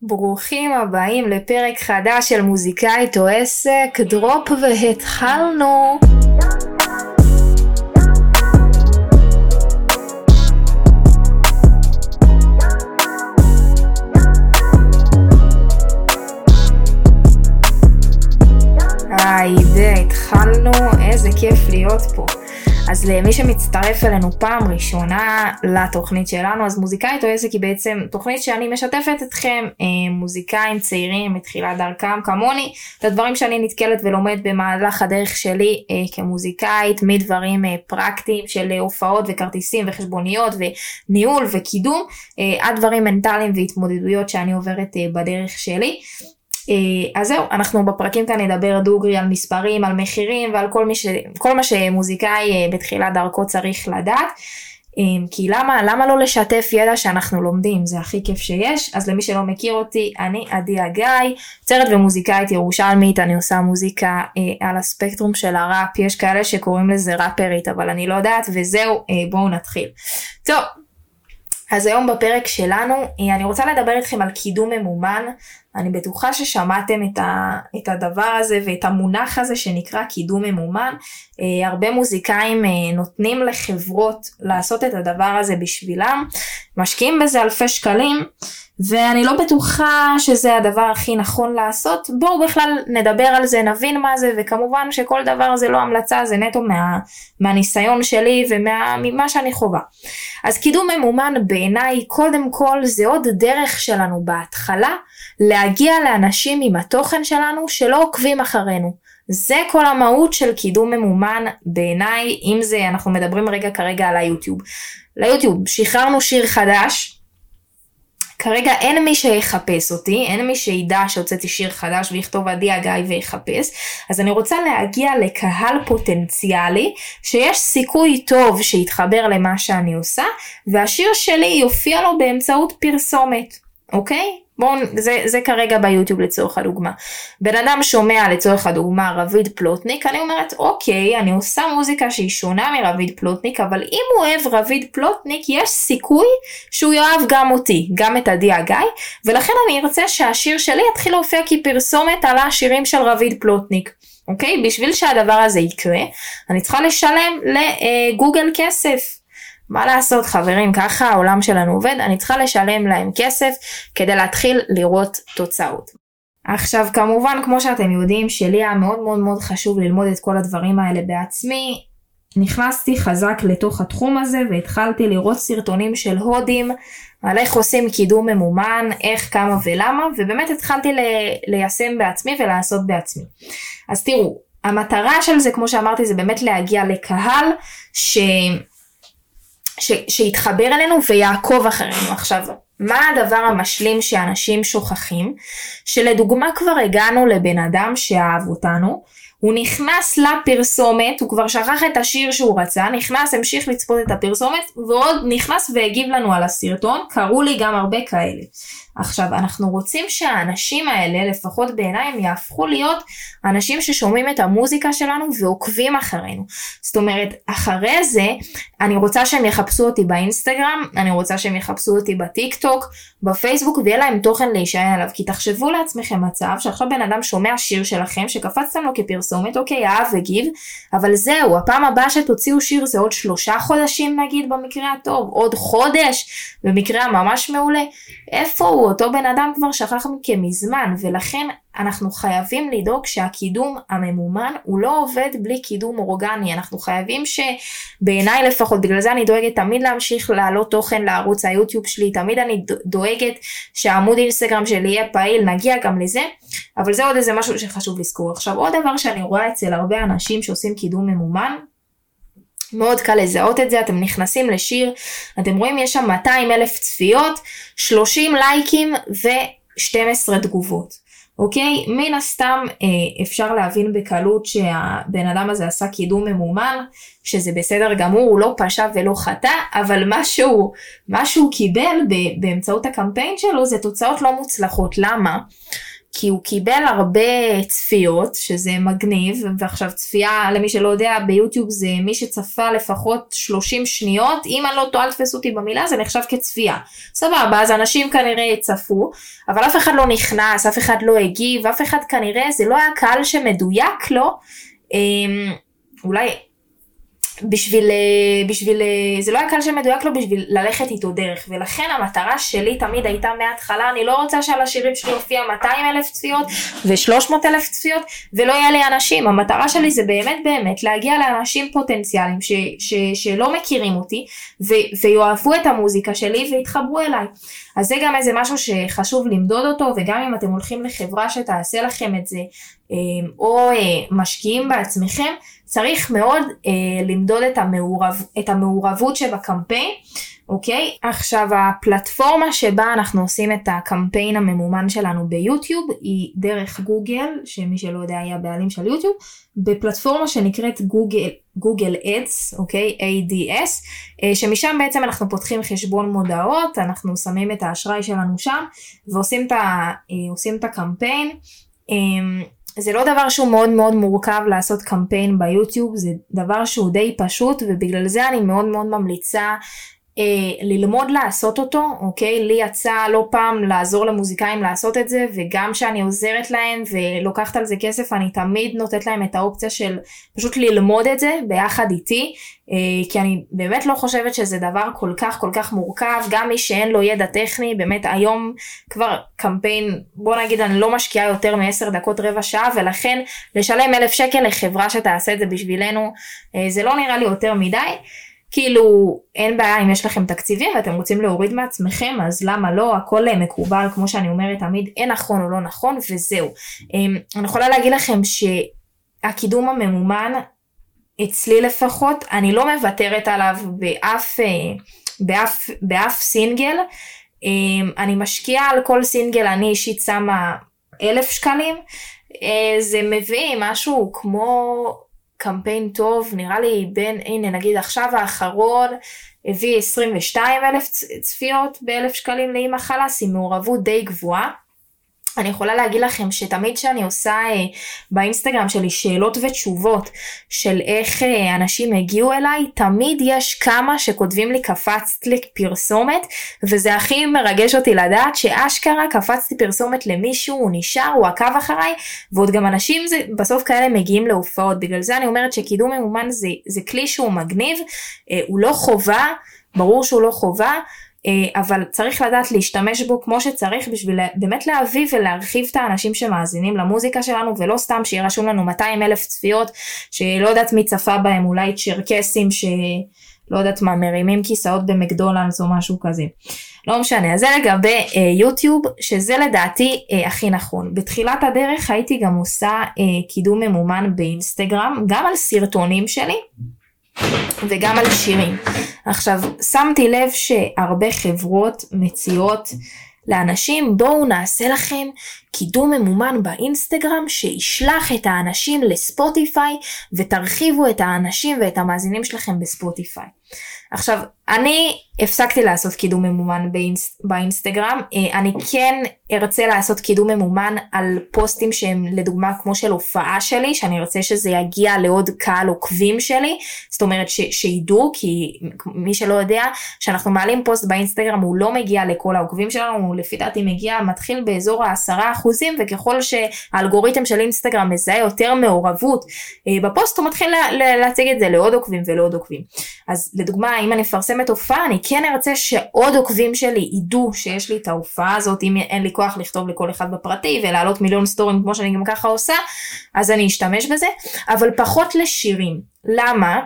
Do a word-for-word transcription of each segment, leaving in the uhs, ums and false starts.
ברוכים הבאים לפרק חדש של מוזיקאית או עסק, דרופ והתחלנו. היי, התחלנו, איזה כיף להיות פה. אז למי שמצטרף אלינו פעם ראשונה לתוכנית שלנו, אז מוזיקאית או עסק היא בעצם תוכנית שאני משתפת אתכם, מוזיקאים צעירים מתחילת דרכם כמוני, את הדברים שאני נתקלת ולומד במהלך הדרך שלי כמוזיקאית, מדברים פרקטיים של הופעות וכרטיסים וחשבוניות וניהול וקידום, עד דברים מנטליים והתמודדויות שאני עוברת בדרך שלי. אז זהו, אנחנו בפרקים כאן נדבר דוגרי על מספרים, על מחירים ועל כל, ש... כל מה שמוזיקאי בתחילת דרכו צריך לדעת. כי למה, למה לא לשתף ידע שאנחנו לומדים? זה הכי כיף שיש. אז למי שלא מכיר אותי, אני עדי הגיא, יוצרת ומוזיקאית ירושלמית, אני עושה מוזיקה אה, על הספקטרום של הראפ, יש כאלה שקוראים לזה ראפרית, אבל אני לא יודעת, וזהו, אה, בואו נתחיל. טוב. אז היום בפרק שלנו, אני רוצה לדבר איתכם על קידום ממומן. אני בטוחה ששמעתם את, ה, את הדבר הזה ואת המונח הזה שנקרא קידום ממומן. הרבה מוזיקאים נותנים לחברות לעשות את הדבר הזה בשבילם, משקיעים בזה אלפי שקלים, ואני לא בטוחה שזה הדבר הכי נכון לעשות. בואו בכלל נדבר על זה, נבין מה זה, וכמובן שכל דבר זה לא המלצה, זה נטו מה, מהניסיון שלי וממה שאני חובה. אז קידום ממומן בעיניי קודם כל זה עוד דרך שלנו בהתחלה, להגיע לאנשים עם התוכן שלנו שלא עוקבים אחרינו. זה כל המהות של קידום ממומן בעיניי. אם זה, אנחנו מדברים רגע כרגע על היוטיוב. ליוטיוב, שחררנו שיר חדש, כרגע אין מי שיחפש אותי, אין מי שידע שהוצאתי שיר חדש ויכתוב עדי הגיא ויחפש, אז אני רוצה להגיע לקהל פוטנציאלי, שיש סיכוי טוב שיתחבר למה שאני עושה, והשיר שלי יופיע לו באמצעות פרסומת, אוקיי? בואו, זה, זה כרגע ביוטיוב לצורך הדוגמה. בן אדם שומע לצורך הדוגמה רביד פלוטניק, אני אומרת, אוקיי, אני עושה מוזיקה שהיא שונה מרביד פלוטניק, אבל אם הוא אוהב רביד פלוטניק, יש סיכוי שהוא יאהב גם אותי, גם את עדי הגיא, ולכן אני ארצה שהשיר שלי יתחיל להופיע כפרסומת על השירים של רביד פלוטניק. אוקיי? בשביל שהדבר הזה יקרה, אני צריכה לשלם לגוגל כסף. מה לעשות חברים, ככה העולם שלנו עובד, אני צריכה לשלם להם כסף כדי להתחיל לראות תוצאות. עכשיו כמובן כמו שאתם יודעים שלי היה מאוד מאוד מאוד חשוב ללמוד את כל הדברים האלה בעצמי, נכנסתי חזק לתוך התחום הזה והתחלתי לראות סרטונים של הודים, על איך עושים קידום ממומן, איך, כמה ולמה, ובאמת התחלתי ליישם בעצמי ולעשות בעצמי. אז תראו, המטרה של זה כמו שאמרתי זה באמת להגיע לקהל ש... ש, שיתחבר אלינו ויעקוב אחרינו. עכשיו, מה הדבר המשלים שאנשים שוכחים? שלדוגמה כבר הגענו לבן אדם שאהב אותנו, הוא נכנס לפרסומת, הוא כבר שכח את השיר שהוא רצה, נכנס, המשיך לצפות את הפרסומת, ועוד נכנס והגיב לנו על הסרטון, קראו לי גם הרבה כאלה. עכשיו, אנחנו רוצים שהאנשים האלה, לפחות בעיניים, יהפכו להיות אנשים ששומעים את המוזיקה שלנו ועוקבים אחרינו. זאת אומרת, אחרי זה, אני רוצה שהם יחפשו אותי באינסטגרם, אני רוצה שהם יחפשו אותי בטיק טוק, בפייסבוק, ויהיה להם תוכן להישען עליו. כי תחשבו לעצמכם מצב, שעכשיו בן אדם שומע שיר שלכם, שקפצתם לו כפרסומת, אוקיי, אהב וגיב, אבל זהו, הפעם הבאה שתוציאו שיר זה עוד שלושה חודשים נגיד במקרה הטוב, עוד חודש, במקרה הממש מעולה. איפה הוא? אותו בן אדם כבר שכח מכם מזמן, ולכן אנחנו חייבים לדאוג שהקידום הממומן הוא לא עובד בלי קידום אורגני. אנחנו חייבים שבעיניי לפחות, בגלל זה אני דואגת תמיד להמשיך לעלות תוכן לערוץ היוטיוב שלי, תמיד אני דואגת שהעמוד אינסטגרם שלי יהיה פעיל, נגיע גם לזה, אבל זה עוד איזה משהו שחשוב לזכור. עכשיו עוד דבר שאני רואה אצל הרבה אנשים שעושים קידום ממומן, מאוד קל לזהות את זה, אתם נכנסים לשיר, אתם רואים יש שם מאתיים אלף צפיות, שלושים לייקים ו-שתים עשרה תגובות. אוקיי? מן הסתם אפשר להבין בקלות שהבן אדם הזה עשה קידום ממומן, שזה בסדר גמור, הוא לא פשע ולא חטא, אבל משהו, משהו קיבל באמצעות הקמפיין שלו זה תוצאות לא מוצלחות. למה? כי הוא קיבל הרבה צפיות, שזה מגניב, ועכשיו צפייה, למי שלא יודע, ביוטיוב זה מי שצפה לפחות שלושים שניות, אם אני לא טועה, תפסו אותי במילה, זה נחשב כצפייה. סבבה, אז אנשים כנראה יצפו, אבל אף אחד לא נכנס, אף אחד לא הגיב, אף אחד כנראה, זה לא היה קהל שמדויק לו, אולי בשביל, בשביל, זה לא היה קהל שמדויק לו בשביל ללכת איתו דרך, ולכן המטרה שלי תמיד הייתה מההתחלה, אני לא רוצה שעל השירים שלי יופיע מאתיים אלף צפיות ו-שלוש מאות אלף צפיות, ולא יהיה לי אנשים, המטרה שלי זה באמת באמת להגיע לאנשים פוטנציאליים ש, ש, שלא מכירים אותי, ו, ויואהבו את המוזיקה שלי ויתחברו אליי. אז זה גם איזה משהו שחשוב למדוד אותו, וגם אם אתם הולכים לחברה שתעשה לכם את זה, או משקיעים בעצמכם, צריך מאוד אה, למדוד את, המעורב, את המעורבות שבקמפיין, אוקיי? עכשיו, הפלטפורמה שבה אנחנו עושים את הקמפיין הממומן שלנו ביוטיוב, היא דרך גוגל, שמי שלא יודע היה בעלים של יוטיוב, בפלטפורמה שנקראת גוגל, גוגל אדס, אוקיי? איי די אס, אה, שמשם בעצם אנחנו פותחים חשבון מודעות, אנחנו שמים את האשראי שלנו שם, ועושים את, ה, אה, עושים את הקמפיין, אה, זה לא דבר שהוא מאוד מאוד מורכב לעשות קמפיין ביוטיוב, זה דבר שהוא די פשוט, ובגלל זה אני מאוד מאוד ממליצה אה, ללמוד לעשות אותו, אוקיי? לי יצא לא פעם לעזור למוזיקאים לעשות את זה, וגם שאני עוזרת להם ולוקחת על זה כסף, אני תמיד נותנת להם את האופציה של פשוט ללמוד את זה ביחד איתי, אה, כי אני באמת לא חושבת שזה דבר כל כך כל כך מורכב, גם מי שאין לו ידע טכני, באמת היום כבר קמפיין, בוא נגיד אני לא משקיעה יותר מ-עשר דקות רבע שעה, ולכן לשלם אלף שקל לחברה שתעשה את זה בשבילנו, אה, זה לא נראה לי יותר מדי, כאילו אין בעיה אם יש לכם תקציבים ואתם רוצים להוריד מעצמכם, אז למה לא? הכל מקובל, כמו שאני אומרת תמיד, אין נכון או לא נכון, וזהו. אני יכולה להגיד לכם שהקידום הממומן, אצלי לפחות, אני לא מוותרת עליו באף, באף, באף סינגל, אני משקיעה על כל סינגל, אני אישית שמה אלף שקלים, זה מביא משהו כמו קמפיין טוב, נראה לי בין, הנה נגיד עכשיו האחרון, הביא עשרים ושתיים אלף צפיות באלף שקלים לאמא חלאס, עם מעורבות די גבוהה. אני יכולה להגיד לכם שתמיד שאני עושה אה, באינסטגרם שלי שאלות ותשובות של איך אה, אנשים הגיעו אליי, תמיד יש כמה שכותבים לי קפצת לי פרסומת, וזה הכי מרגש אותי לדעת שאשכרה קפצתי פרסומת למישהו, הוא נשאר, הוא עקב אחריי, ועוד גם אנשים זה, בסוף כאלה מגיעים להופעות, בגלל זה אני אומרת שקידום ממומן זה, זה כלי שהוא מגניב, אה, הוא לא חובה, ברור שהוא לא חובה, אבל צריך לדעת להשתמש בו כמו שצריך בשביל באמת להביא ולהרחיב את האנשים שמאזינים למוזיקה שלנו, ולא סתם שירשום לנו מאתיים אלף צפיות שלא יודעת מי צפה בהם, אולי צ'רקסים שלא יודעת מה, מרימים כיסאות במקדונלדס או משהו כזה. לא משנה, אז זה לגבי אה, יוטיוב, שזה לדעתי אה, הכי נכון. בתחילת הדרך הייתי גם עושה אה, קידום ממומן באינסטגרם, גם על סרטונים שלי, וגם על שירים. עכשיו, שמתי לב שהרבה חברות מציעות לאנשים, בואו נעשה לכם קידום ממומן באינסטגרם שישלח את האנשים לספוטיפיי, ותרחיבו את האנשים ואת המאזינים שלכם בספוטיפיי. עכשיו, אני הפסקתי לעשות קידום ממומן באינס, באינסטגרם, אני כן ארצה לעשות קידום ממומן על פוסטים שהם לדוגמה כמו של הופעה שלי, שאני ארצה שזה יגיע לעוד קהל עוקבים שלי, זאת אומרת ש, שידעו, כי מי שלא יודע, שאנחנו מעלים פוסט באינסטגרם, הוא לא מגיע לכל העוקבים שלנו, הוא לפי דעתי מגיע, מתחיל באזור העשרה אחוזים, וככל שהאלגוריתם של אינסטגרם מזהה יותר מעורבות בפוסט, הוא מתחיל לה, להציג את זה לעוד עוקבים ולעוד עוקבים. אז לדוגמה, אם אני מפרסמת הופעה, אני כן ארצה שעוד עוקבים שלי ידעו שיש לי את ההופעה הזאת, אם אין לי כוח לכתוב לכל אחד בפרטי, ולהעלות מיליון סטורים כמו שאני גם ככה עושה, אז אני אשתמש בזה, אבל פחות לשירים. למה?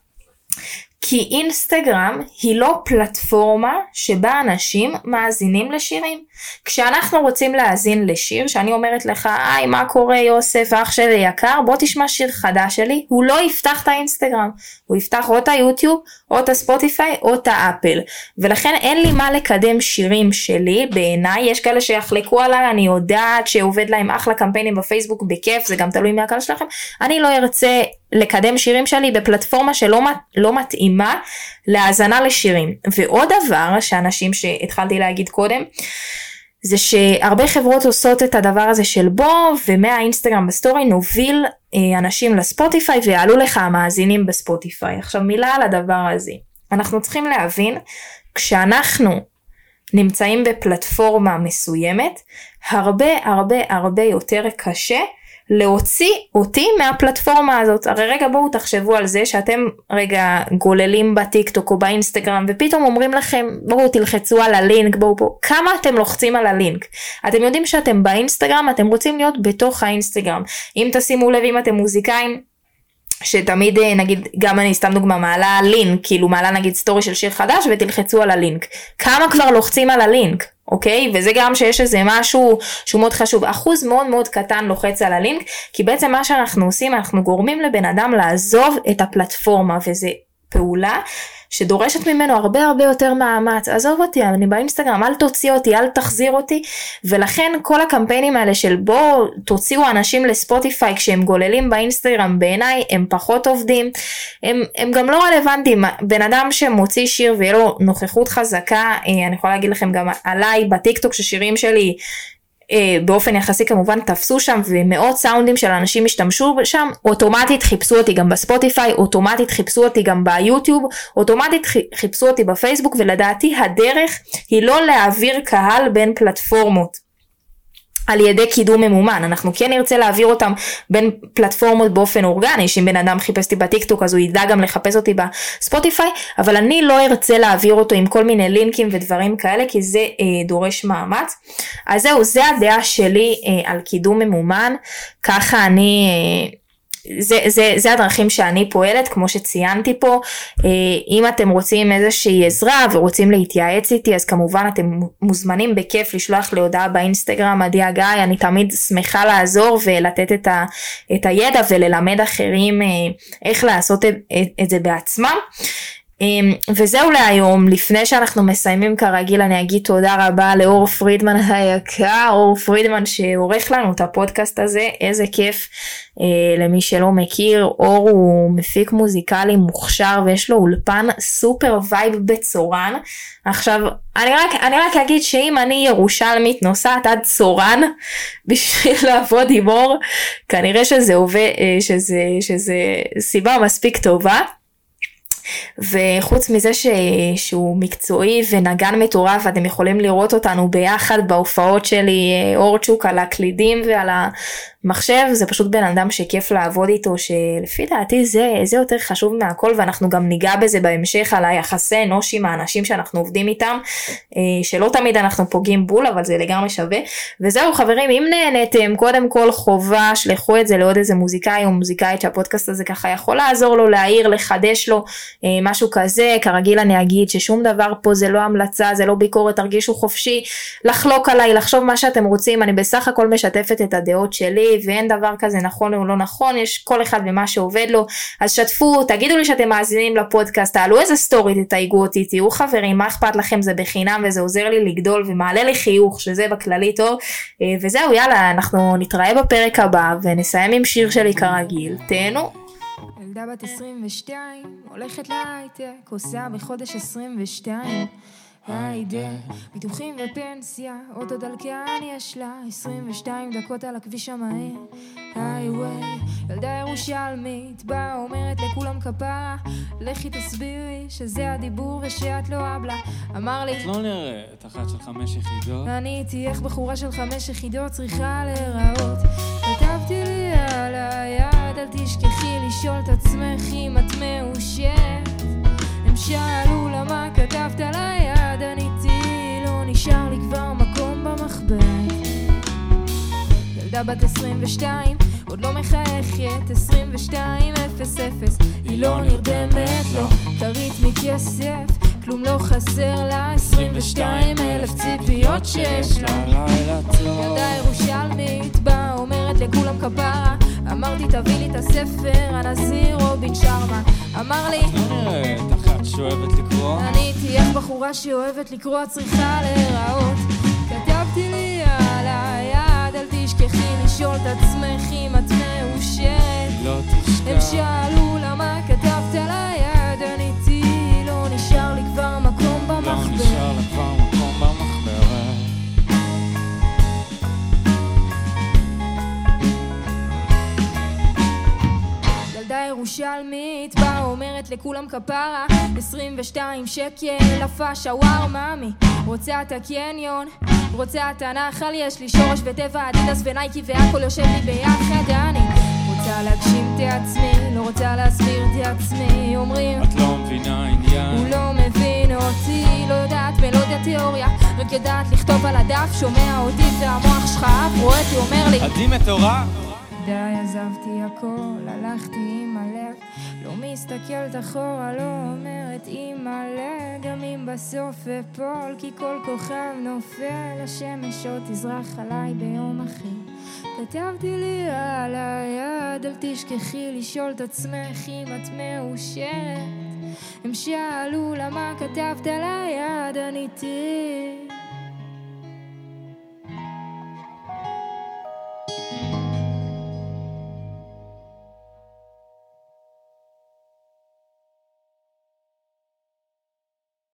כי אינסטגרם היא לא פלטפורמה שבה אנשים מאזינים לשירים. כשאנחנו רוצים להאזין לשיר, שאני אומרת לך, היי, מה קורה יוסף, אח שלי יקר, בוא תשמע שיר חדש שלי, הוא לא יפתח את האינסטגרם, הוא יפתח או את היוטיוב, או את הספוטיפיי, או את האפל. ולכן אין לי מה לקדם שירים שלי, בעיניי, יש כאלה שיחלקו עליי, אני יודעת שעובד להם אחלה קמפיינים בפייסבוק בכיף, זה גם תלוי מהקהל שלכם, אני לא ארצה לקדם שירים שלי בפלטפורמה שלא לא מתאימה להאזנה לשירים. ועוד דבר שאנשים שהתחלתי להגיד קודם, זה שהרבה חברות עושות את הדבר הזה של בוא, ומהאינסטגרם בסטורי נוביל אה, אנשים לספוטיפיי, ויעלו לך המאזינים בספוטיפיי. עכשיו מילה על הדבר הזה. אנחנו צריכים להבין, כשאנחנו נמצאים בפלטפורמה מסוימת, הרבה הרבה הרבה יותר קשה להוציא אותי מהפלטפורמה הזאת. הרי רגע בואו תחשבו על זה שאתם רגע גוללים בטיקטוק או באינסטגרם ופתאום אומרים לכם בואו תלחצו על הלינק, בואו פה, כמה אתם לוחצים על הלינק? אתם יודעים שאתם באינסטגרם, אתם רוצים להיות בתוך האינסטגרם. אם תשימו לב, אם אתם מוזיקאים, שתמיד נגיד, גם אני סתם דוגמה מעלה לינק, כאילו מעלה נגיד סטורי של שיר חדש ותלחצו על הלינק, כמה כבר לוחצים על הלינק? אוקיי? וזה גם שיש איזה משהו שהוא מאוד חשוב, אחוז מאוד מאוד קטן לוחץ על הלינק, כי בעצם מה שאנחנו עושים, אנחנו גורמים לבן אדם לעזוב את הפלטפורמה, וזה פעולה שדורשת ממנו הרבה הרבה יותר מאמץ. עזוב אותי, אני באינסטגרם, אל תוציא אותי, אל תחזיר אותי, ולכן כל הקמפיינים האלה של בוא תוציאו אנשים לספוטיפיי כשהם גוללים באינסטגרם, בעיניי הם פחות עובדים, הם, הם גם לא רלוונטיים. בן אדם שמוציא שיר ויהיה לו נוכחות חזקה, אני יכולה להגיד לכם גם עליי בטיקטוק ששירים שלי באופן יחסי כמובן תפסו שם, ומאות סאונדים של אנשים השתמשו שם, אוטומטית חיפשו אותי גם בספוטיפיי, אוטומטית חיפשו אותי גם ביוטיוב, אוטומטית חיפשו אותי בפייסבוק, ולדעתי הדרך היא לא להעביר קהל בין פלטפורמות על ידי קידום ממומן. אנחנו כן נרצה להעביר אותם בין פלטפורמות באופן אורגני, שאם בן אדם חיפש אותי בטיקטוק אז הוא ידע גם לחפש אותי בספוטיפיי, אבל אני לא ארצה להעביר אותו עם כל מיני לינקים ודברים כאלה, כי זה אה, דורש מאמץ. אז זהו, זה הדעה שלי אה, על קידום ממומן, ככה אני... אה, זה, זה, זה הדרכים שאני פועלת, כמו שציינתי פה. אם אתם רוצים איזושהי עזרה ורוצים להתייעץ איתי, אז כמובן אתם מוזמנים בכיף לשלוח לי הודעה באינסטגרם, עדי גיא, אני תמיד שמחה לעזור ולתת את, ה, את הידע וללמד אחרים איך לעשות את, את זה בעצמם. וזהו להיום. לפני שאנחנו מסיימים כרגיל, אני אגיד תודה רבה לאור פרידמן היקר, אור פרידמן שעורך לנו את הפודקאסט הזה, איזה כיף. למי שלא מכיר, אור הוא מפיק מוזיקלי מוכשר ויש לו אולפן סופר וייב בצורן. עכשיו אני רק, אני רק אגיד שאם אני ירושלמית נוסעת עד צורן בשביל לעבוד עם אור, כנראה שזה עובד, שזה, שזה סיבה מספיק טובה. וחוץ מזה ש... שהוא מקצועי ונגן מטורף, אתם יכולים לראות אותנו ביחד בהופעות שלי, אורצ'וק על הקלידים ועל המחשב, זה פשוט בן אדם שכיף לעבוד איתו, שלפי דעתי זה, זה יותר חשוב מהכל, ואנחנו גם ניגע בזה בהמשך על היחסי אנוש עם האנשים שאנחנו עובדים איתם, שלא תמיד אנחנו פוגעים בול, אבל זה לגמרי שווה. וזהו חברים, אם נהנתם, קודם כל חובה, שלחו את זה לעוד איזה מוזיקאי או מוזיקאית שהפודקאסט הזה ככה יכול לעזור לו, להעיר, לחדש לו, משהו כזה. כרגיל אני אגיד ששום דבר פה זה לא המלצה, זה לא ביקורת, תרגישו חופשי לחלוק עליי, לחשוב מה שאתם רוצים, אני בסך הכל משתפת את הדעות שלי, ואין דבר כזה נכון או לא נכון, יש כל אחד במה שעובד לו. אז שתפו, תגידו לי שאתם מאזינים לפודקאסט, תעלו איזה סטורי, תתייגו אותי, תהיו חברים, מה אכפת לכם, זה בחינם וזה עוזר לי לגדול ומעלה לי חיוך, שזה בכללי טוב. וזהו, יאללה, אנחנו נתראה בפרק הבא ונסיים עם שיר שלי כרגיל. תהנו. ילדה בת עשרים ושתיים, הולכת להייטק, עושה בחודש עשרים ושתיים. היידה, ביטוחים ופנסיה, אוטו דלקן יש לה, עשרים ושתיים דקות על הכביש המהיר. הייווי, ילדה ירושלמית, באה אומרת לכולם כפרה, לכי תסבירי שזה הדיבור ושאת לא אבלה. אמר לי, את לא נראית אחת של חמש יחידות, אני איתי איך בחורה של חמש יחידות צריכה להיראות. כתבתי לי על היד, אל תשכחי לשאול את עצמך אם את מאושרת. הם שאלו למה כתבת על היד, עניתי לא נשאר לי כבר מקום במחברת. ילדה בת עשרים ושתיים עוד לא מחייכת, עשרים ושתיים אפס אפס היא לא נרדמת, לא תרית מכסף, כלום לא חסר לה, עשרים ושתיים אלף ציפיות שיש לה. ילדה ירושלמית באה אומרת לכולם כפרה, אמרתי תביא לי את הספר הנזיר רובין שרמה. אמר לי, לא נראית אחת שאוהבת לקרוא, אני איתי איך בחורה שאוהבת לקרוא צריכה להיראות. כתבתי לי על היד, אל תשכחי לשאול את עצמך אם את מאושרת. לא תשכח, הם שאלו למה כתבת על היד, עניתי לא נשאר לי כבר מקום במחברת. לא נשאר לה כבר מקום במחברת. ירושלמית באה אומרת לכולם כפרה עשרים ושתיים שקל אפה שווארמה מי רוצה את הקניון רוצה את הנחל יש לי שורש וטבע אדידס ונייקי והכל יושב לי ביחד אני רוצה להגשים את עצמי לא רוצה להסביר את עצמי אומרים את לא מבינה עניין הוא לא מבין אותי לא יודעת מלודיה תיאוריה רק יודעת לכתוב על הדף שומע אותי והמוח שלך אף רואה אותי אומר לי עדי מטורף די עזבתי הכל הלכתי עם הלב לא מסתכלת אחורה לא אומרת עם הלב גם אם בסוף אפול כי כל כוכב נופל השמש עוד תזרח עליי ביום אחר כתבתי לי על היד אל תשכחי לשאול את עצמך אם את מאושרת הם שאלו למה כתבת על היד עניתי